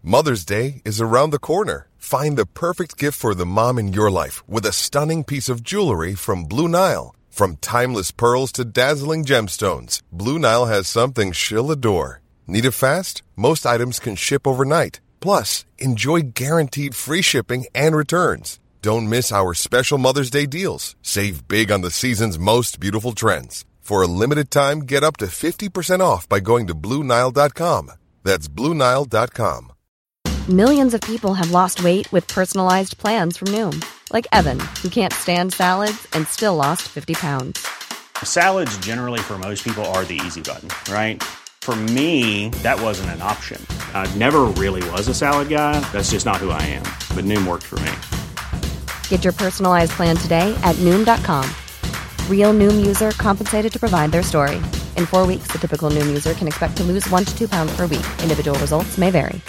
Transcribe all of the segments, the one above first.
Mother's Day is around the corner. Find the perfect gift for the mom in your life with a stunning piece of jewelry from Blue Nile. From timeless pearls to dazzling gemstones, Blue Nile has something she'll adore. Need it fast? Most items can ship overnight. Plus, enjoy guaranteed free shipping and returns. Don't miss our special Mother's Day deals. Save big on the season's most beautiful trends. For a limited time, get up to 50% off by going to BlueNile.com. That's BlueNile.com. Millions of people have lost weight with personalized plans from Noom. Like Evan, who can't stand salads and still lost 50 pounds. Salads generally for most people are the easy button, right? For me, that wasn't an option. I never really was a salad guy. That's just not who I am. But Noom worked for me. Get your personalized plan today at Noom.com. Real Noom user compensated to provide their story. In 4 weeks, the typical Noom user can expect to lose 1 to 2 pounds per week. Individual results may vary.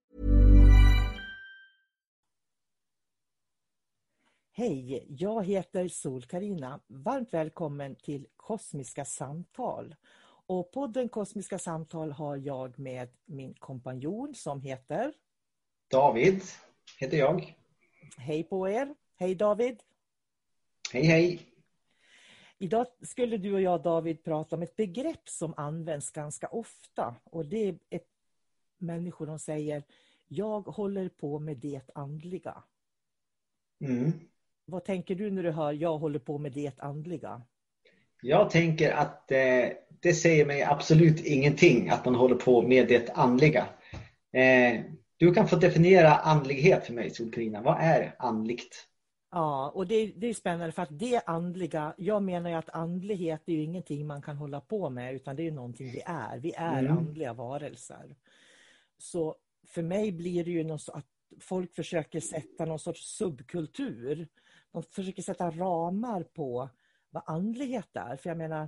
Hej, jag heter Sol-Carina. Varmt välkommen till Kosmiska samtal. Och podden Kosmiska samtal har jag med min kompanjon som heter... David heter jag. Hej på er. Hej David. Hej hej. Idag skulle du och jag, David, prata om ett begrepp som används ganska ofta. Och det är ett människor som säger, jag håller på med det andliga. Mm. Vad tänker du när du hör, jag håller på med det andliga? Jag tänker att det säger mig absolut ingenting att man håller på med det andliga. Du kan få definiera andlighet för mig, Sol-Carina. Vad är andligt? Ja, och det är spännande för att det andliga, jag menar ju att andlighet är ju ingenting man kan hålla på med utan det är ju någonting vi är. Vi är andliga varelser. Så för mig blir det ju något så att folk försöker sätta någon sorts subkultur. De försöker sätta ramar på vad andlighet är. För jag menar,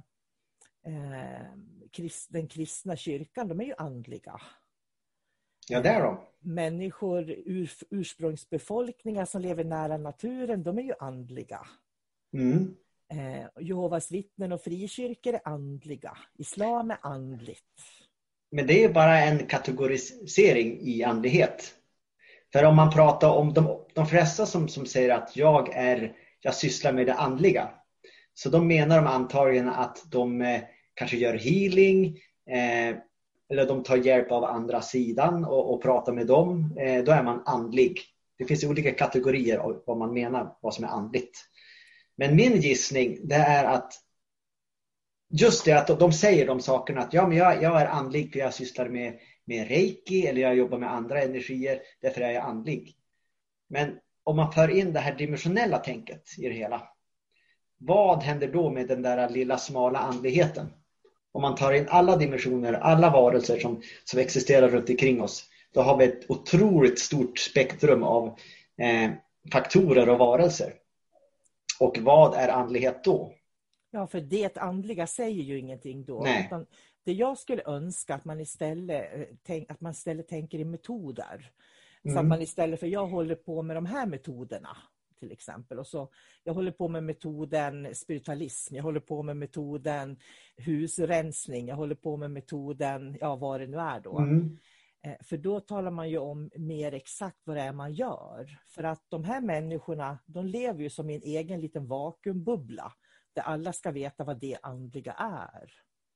den kristna kyrkan, de är ju andliga. Ja, det är de. Människor, ursprungsbefolkningar som lever nära naturen, de är ju andliga. Mm. Jehovas vittnen och frikyrkor är andliga. Islam är andligt. Men det är bara en kategorisering i andlighet. För om man pratar om de flesta som säger att jag sysslar med det andliga. Så de menar de antagligen att de kanske gör healing eller de tar hjälp av andra sidan och pratar med dem. Då är man andlig. Det finns olika kategorier av vad man menar, vad som är andligt. Men min gissning det är att just det att de säger de sakerna att ja, men jag är andlig för jag sysslar med reiki eller jag jobbar med andra energier, därför är jag andlig. Men om man för in det här dimensionella tänket i det hela, vad händer då med den där lilla smala andligheten? Om man tar in alla dimensioner, alla varelser som existerar runt omkring oss, då har vi ett otroligt stort spektrum av faktorer och varelser. Och vad är andlighet då? Ja, för det andliga säger ju ingenting då. Nej. Utan det jag skulle önska att man istället tänker i metoder. Så att man istället för jag håller på med de här metoderna till exempel. Och så, jag håller på med metoden spiritualism. Jag håller på med metoden husrensning. Jag håller på med metoden, ja vad det nu är då. För då talar man ju om mer exakt vad det är man gör. För att de här människorna, de lever ju som i en egen liten vakuumbubbla. Där alla ska veta vad det andliga är.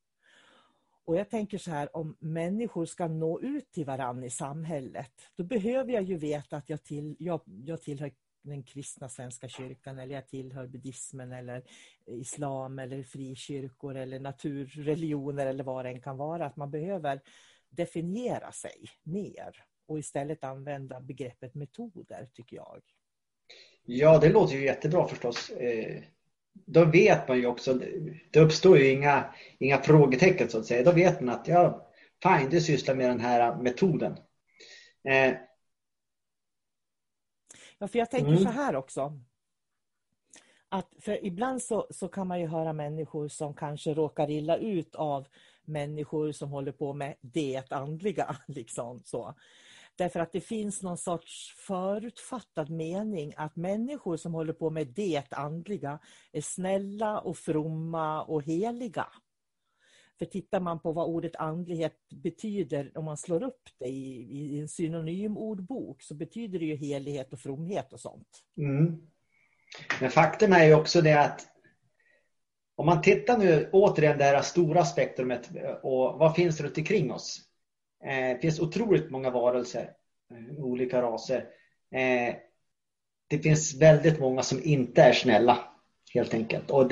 Och jag tänker så här, om människor ska nå ut till varandra i samhället, då behöver jag ju veta att jag tillhör den kristna svenska kyrkan, eller jag tillhör buddhismen eller islam eller frikyrkor eller naturreligioner eller vad det än kan vara. Att man behöver definiera sig mer och istället använda begreppet metoder, tycker jag. Ja, det låter ju jättebra förstås. Då vet man ju också, det uppstår ju inga frågetecken så att säga. Då vet man att du sysslar med den här metoden. Ja, för jag tänker så här också. Att för ibland så kan man ju höra människor som kanske råkar illa ut av människor som håller på med det andliga. Liksom så. Därför att det finns någon sorts förutfattad mening att människor som håller på med det andliga är snälla och fromma och heliga. För tittar man på vad ordet andlighet betyder, om man slår upp det i en synonymordbok, så betyder det ju helighet och fromhet och sånt. Men faktum är ju också det att om man tittar nu återigen det här stora spektrumet och vad finns runt omkring oss. Det finns otroligt många varelser, olika raser. Det finns väldigt många som inte är snälla, helt enkelt. Och det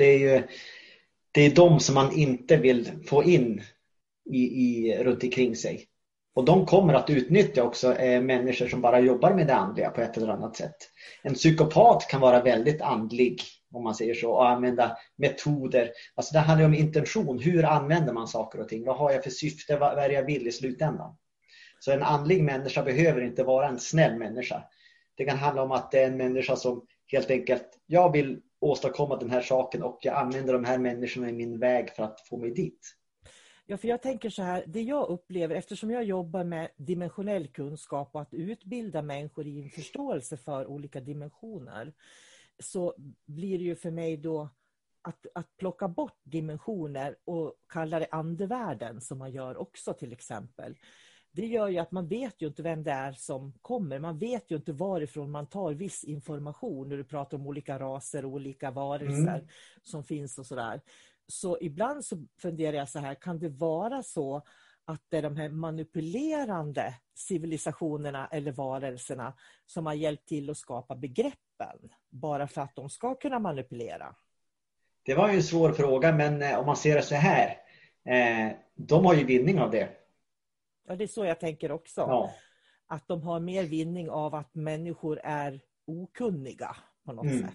är de som man inte vill få in runt omkring sig. Och de kommer att utnyttja också människor som bara jobbar med det andliga på ett eller annat sätt. En psykopat kan vara väldigt andlig, om man säger så, och använda metoder. Alltså det handlar om intention. Hur använder man saker och ting? Vad har jag för syfte? Vad är det jag vill i slutändan? Så en andlig människa behöver inte vara en snäll människa. Det kan handla om att det är en människa som helt enkelt, jag vill åstadkomma den här saken och jag använder de här människorna i min väg för att få mig dit. Ja, för jag tänker så här, det jag upplever, eftersom jag jobbar med dimensionell kunskap och att utbilda människor i en förståelse för olika dimensioner, så blir det ju för mig då att plocka bort dimensioner och kalla det andevärlden, som man gör också till exempel. Det gör ju att man vet ju inte vem det är som kommer. Man vet ju inte varifrån man tar viss information när du pratar om olika raser och olika varelser som finns och sådär. Så ibland så funderar jag så här, kan det vara så att det är de här manipulerande civilisationerna eller varelserna som har hjälpt till att skapa begreppen bara för att de ska kunna manipulera? Det var ju en svår fråga, men om man ser det så här, de har ju vinning av det. Ja, det är så jag tänker också. Ja. Att de har mer vinning av att människor är okunniga på något sätt.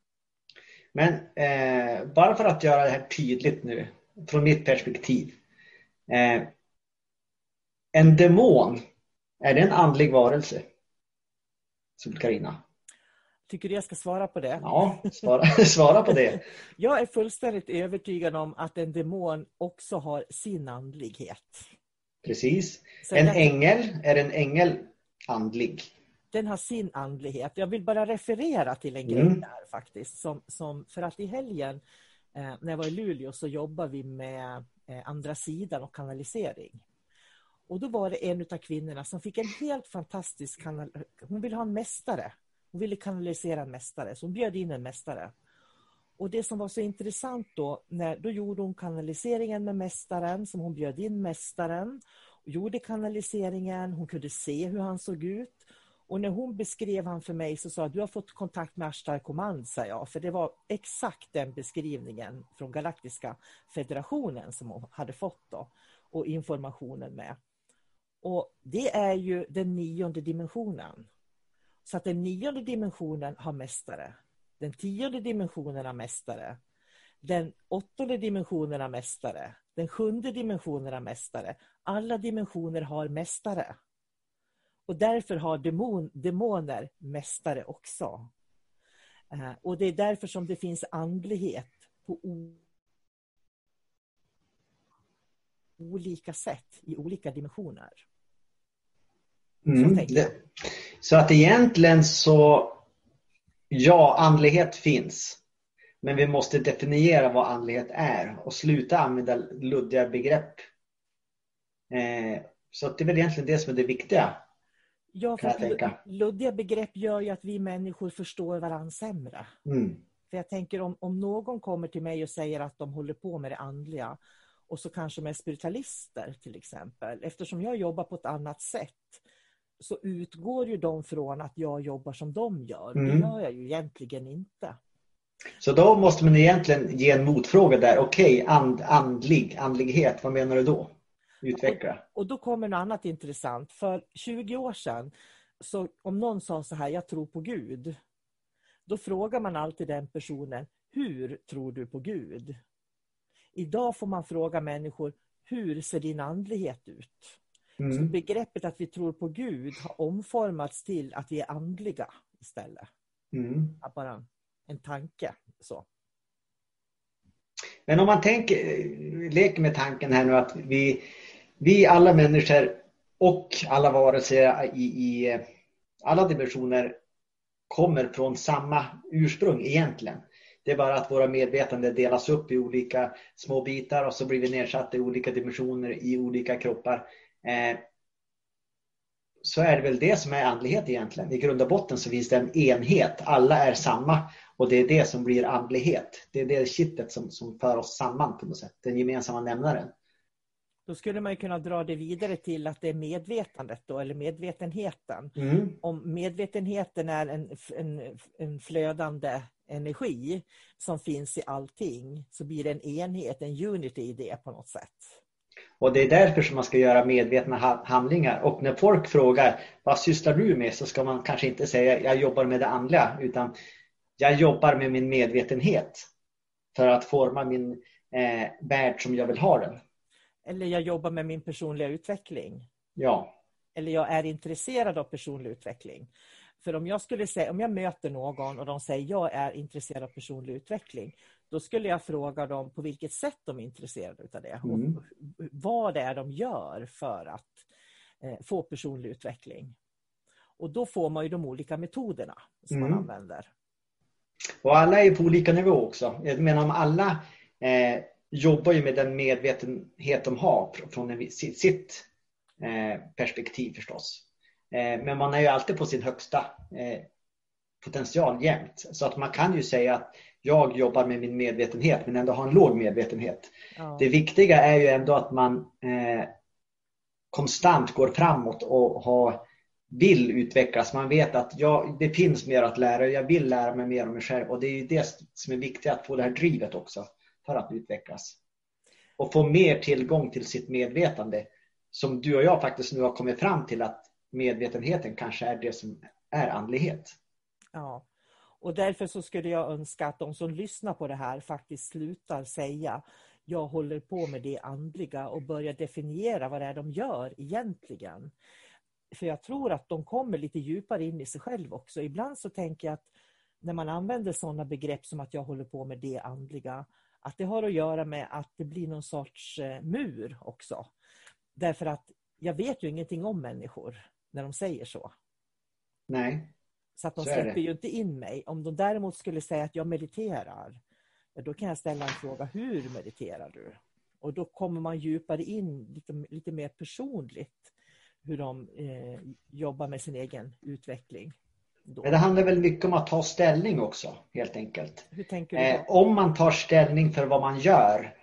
Men bara för att göra det här tydligt nu, från mitt perspektiv. En demon, är det en andlig varelse? Sol-Carina. Tycker du jag ska svara på det? Ja, svara på det. Jag är fullständigt övertygad om att en demon också har sin andlighet. Precis. Är en ängel andlig? Den har sin andlighet. Jag vill bara referera till en grej där faktiskt. För att i helgen när jag var i Luleå så jobbade vi med andra sidan och kanalisering. Och då var det en av kvinnorna som fick en helt fantastisk hon ville ha en mästare. Hon ville kanalisera en mästare. Så hon bjöd in en mästare. Och det som var så intressant då gjorde hon kanaliseringen med mästaren, som hon bjöd in mästaren. Och gjorde kanaliseringen, hon kunde se hur han såg ut. Och när hon beskrev han för mig så sa du har fått kontakt med Ashtar Command, sa jag. För det var exakt den beskrivningen från Galaktiska federationen som hon hade fått då. Och informationen med. Och det är ju den 9:e dimensionen. Så att den 9:e dimensionen har mästare. Den 10:e dimensionen har mästare. Den 8:e dimensionen har mästare. Den 7:e dimensionen har mästare. Alla dimensioner har mästare. Och därför har demoner mästare också. Och det är därför som det finns andlighet på olika sätt i olika dimensioner. Så att egentligen så, ja, andlighet finns. Men vi måste definiera vad andlighet är och sluta använda luddiga begrepp. Så att det är väl egentligen det som är det viktiga. Ja, för luddiga begrepp gör ju att vi människor förstår varandra sämre. För jag tänker om någon kommer till mig och säger att de håller på med det andliga och så kanske de är spiritualister till exempel. Eftersom jag jobbar på ett annat sätt så utgår ju de från att jag jobbar som de gör. Det gör jag ju egentligen inte. Så då måste man egentligen ge en motfråga där. Okej, andlighet, vad menar du då? Utveckla. Och då kommer något annat intressant. För 20 år sedan, så om någon sa så här, jag tror på Gud. Då frågar man alltid den personen, hur tror du på Gud? Idag får man fråga människor, hur ser din andlighet ut? Så begreppet att vi tror på Gud har omformats till att vi är andliga istället. Bara en tanke. Så. Men om man leker med tanken här nu att vi alla människor och alla varelser i alla dimensioner kommer från samma ursprung egentligen. Det är bara att våra medvetande delas upp i olika små bitar och så blir vi nedsatta i olika dimensioner i olika kroppar. Så är det väl det som är andlighet egentligen. I grund och botten så finns det en enhet. Alla är samma och det är det som blir andlighet. Det är det kittet som för oss samman på något sätt. Den gemensamma nämnaren. Då skulle man ju kunna dra det vidare till att det är medvetandet då, eller medvetenheten. Om medvetenheten är en flödande energi som finns i allting, så blir det en enhet, en unity i det på något sätt. Och det är därför som man ska göra medvetna handlingar. Och när folk frågar, vad sysslar du med? Så ska man kanske inte säga, jag jobbar med det andliga, utan jag jobbar med min medvetenhet för att forma min värld som jag vill ha den. Eller jag jobbar med min personliga utveckling. Ja. Eller jag är intresserad av personlig utveckling. För om jag möter någon och de säger jag är intresserad av personlig utveckling, då skulle jag fråga dem på vilket sätt de är intresserade av det. Och vad det är de gör för att få personlig utveckling. Och då får man ju de olika metoderna som man använder. Och alla är på olika nivå också. Jag menar om alla jobbar ju med den medvetenhet de har från sitt perspektiv förstås. Men man är ju alltid på sin högsta potential jämt. Så att man kan ju säga att jag jobbar med min medvetenhet men ändå har en låg medvetenhet. Ja. Det viktiga är ju ändå att man konstant går framåt och vill utvecklas. Man vet att det finns mer att lära. Jag vill lära mig mer om mig själv. Och det är ju det som är viktigt, att få det här drivet också för att utvecklas. Och få mer tillgång till sitt medvetande. Som du och jag faktiskt nu har kommit fram till, att medvetenheten kanske är det som är andlighet. Ja, och därför så skulle jag önska att de som lyssnar på det här faktiskt slutar säga jag håller på med det andliga och börjar definiera vad det är de gör egentligen. För jag tror att de kommer lite djupare in i sig själv också. Ibland så tänker jag att när man använder sådana begrepp som att jag håller på med det andliga, att det har att göra med att det blir någon sorts mur också. Därför att jag vet ju ingenting om människor när de säger så. Nej. Så att de släpper ju inte in mig. Om de däremot skulle säga att jag mediterar, då kan jag ställa en fråga, hur mediterar du? Och då kommer man djupare in lite mer personligt hur de jobbar med sin egen utveckling. Då. Men det handlar väl mycket om att ta ställning också, helt enkelt. Hur tänker du då? Om man tar ställning för vad man gör,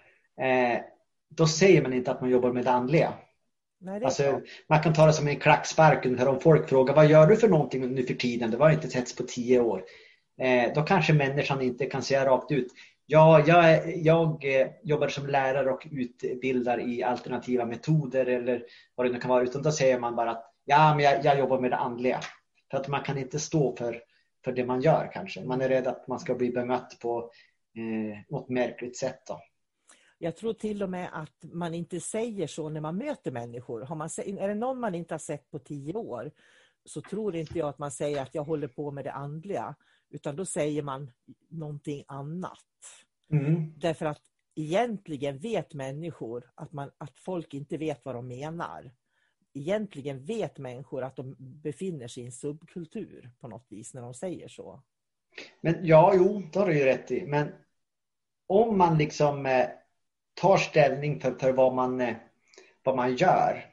då säger man inte att man jobbar med det andliga. Nej, alltså, man kan ta det som en klackspark ungefär. Om folk frågar, vad gör du för någonting nu för tiden? Det var inte setts på 10 år. Då kanske människan inte kan säga rakt ut. Ja, jag jobbar som lärare och utbildar i alternativa metoder eller vad det nu kan vara. Utan då säger man bara att men jag jobbar med det andliga. För att man kan inte stå för det man gör kanske. Man är rädd att man ska bli bemött på något märkligt sätt då. Jag tror till och med att man inte säger så när man möter människor. Är det någon man inte har sett på 10 år, så tror inte jag att man säger att jag håller på med det andliga. Utan då säger man någonting annat. Därför att egentligen vet människor att folk inte vet vad de menar. Egentligen vet människor att de befinner sig i en subkultur på något vis när de säger så. Men då har du ju rätt i. Men om man liksom tar ställning för vad man gör,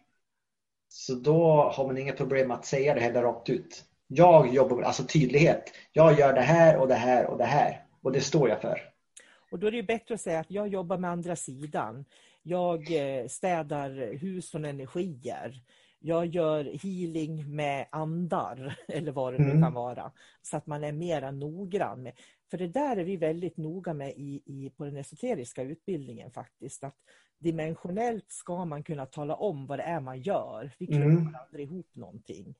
så då har man inga problem att säga det heller rakt ut. Jag jobbar, alltså tydlighet. Jag gör det här och det här och det här. Och det står jag för. Och då är det ju bättre att säga att jag jobbar med andra sidan. Jag städar hus från energier. Jag gör healing med andar. Eller vad det nu kan vara. Så att man är mer noggrann med. För det där är vi väldigt noga med på den esoteriska utbildningen faktiskt. Att dimensionellt ska man kunna tala om vad det är man gör. Vi klumpar aldrig ihop någonting.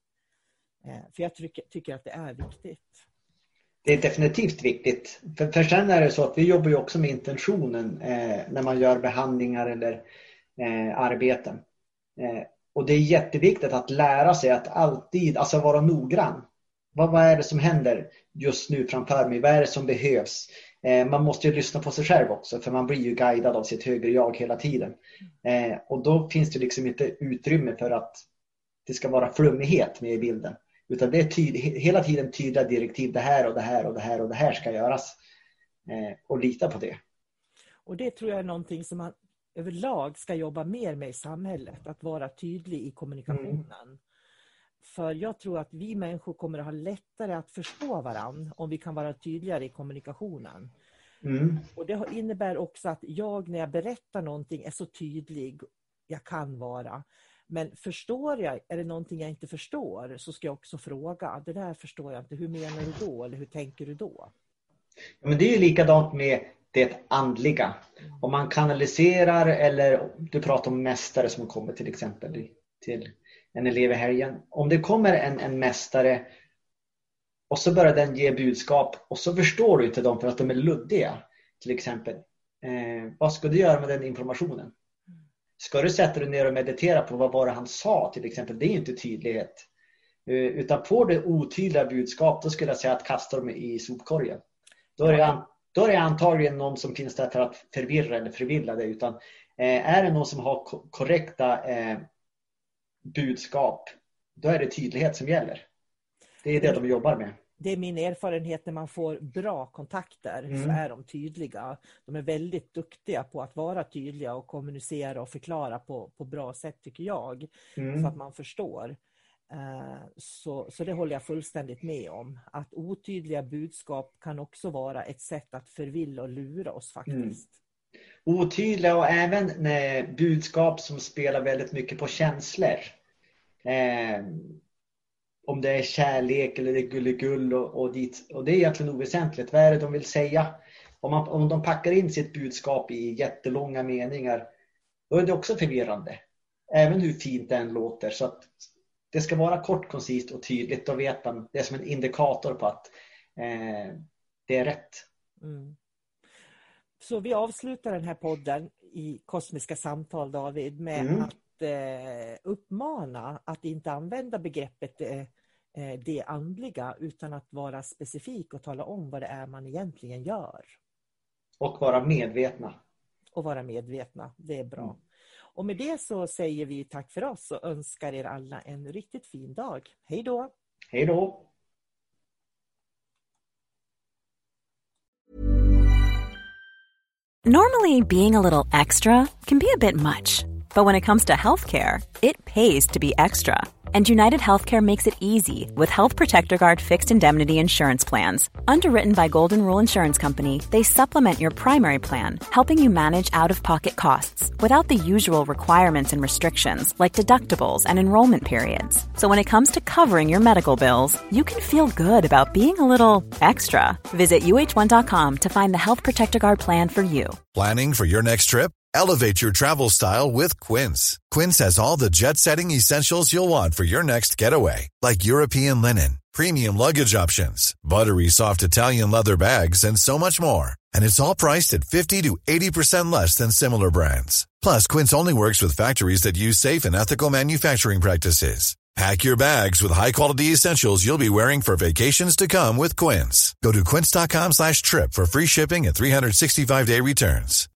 För jag tycker att det är viktigt. Det är definitivt viktigt. För sen är det så att vi jobbar ju också med intentionen när man gör behandlingar eller arbeten. Och det är jätteviktigt att lära sig att alltid vara noggrann. Vad är det som händer just nu framför mig? Vad är det som behövs? Man måste ju lyssna på sig själv också, för man blir ju guidad av sitt högre jag hela tiden. Och då finns det liksom inte utrymme för att det ska vara flummighet med i bilden. Utan det är hela tiden tydliga direktiv. Det här och det här och det här och det här ska göras. och lita på det. Och det tror jag är någonting som man överlag ska jobba mer med i samhället. Att vara tydlig i kommunikationen. För jag tror att vi människor kommer att ha lättare att förstå varandra om vi kan vara tydligare i kommunikationen. Och det innebär också att jag när jag berättar någonting är så tydlig jag kan vara. Men förstår jag, är det någonting jag inte förstår, så ska jag också fråga. Det där förstår jag inte, hur menar du då? Eller hur tänker du då? Ja, men det är ju likadant med det andliga. Om man kanaliserar, eller du pratar om mästare som kommer till exempel till en elev i helgen. Om det kommer en mästare och så börjar den ge budskap och så förstår du inte dem för att de är luddiga till exempel. Vad ska du göra med den informationen? Ska du sätta dig ner och meditera på vad var det han sa till exempel? Det är inte tydlighet. Utan får du otydliga budskap, då skulle jag säga att kasta dem i sopkorgen. Då är det antagligen någon som finns där för att förvirra eller förvilla dig. Utan är det någon som har korrekta budskap, då är det tydlighet som gäller. Det är det de jobbar med. Det är min erfarenhet när man får bra kontakter så är de tydliga. De är väldigt duktiga på att vara tydliga och kommunicera och förklara på bra sätt tycker jag. Så att man förstår. Så det håller jag fullständigt med om. Att otydliga budskap kan också vara ett sätt att förvilla och lura oss faktiskt. Otydliga och även budskap som spelar väldigt mycket på känslor. Om det är kärlek eller det är gulligull och dit. Och det är egentligen oväsentligt. Vad är det de vill säga? Om de packar in sitt budskap i jättelånga meningar, då är det också förvirrande. Även hur fint den låter. Så att det ska vara kort, koncist och tydligt. Då vet man, det är som en indikator på att det är rätt. Så vi avslutar den här podden i Kosmiska samtal, David, med att uppmana att inte använda begreppet det andliga, utan att vara specifik och tala om vad det är man egentligen gör. Och vara medvetna. Och vara medvetna, det är bra. Och med det så säger vi tack för oss och önskar er alla en riktigt fin dag. Hej då! Hej då! Normally, being a little extra can be a bit much. But when it comes to healthcare, it pays to be extra. And United Healthcare makes it easy with Health Protector Guard fixed indemnity insurance plans. Underwritten by Golden Rule Insurance Company, they supplement your primary plan, helping you manage out-of-pocket costs without the usual requirements and restrictions like deductibles and enrollment periods. So when it comes to covering your medical bills, you can feel good about being a little extra. Visit UH1.com to find the Health Protector Guard plan for you. Planning for your next trip? Elevate your travel style with Quince. Quince has all the jet-setting essentials you'll want for your next getaway, like European linen, premium luggage options, buttery soft Italian leather bags, and so much more. And it's all priced at 50 to 80% less than similar brands. Plus, Quince only works with factories that use safe and ethical manufacturing practices. Pack your bags with high-quality essentials you'll be wearing for vacations to come with Quince. Go to quince.com/trip for free shipping and 365-day returns.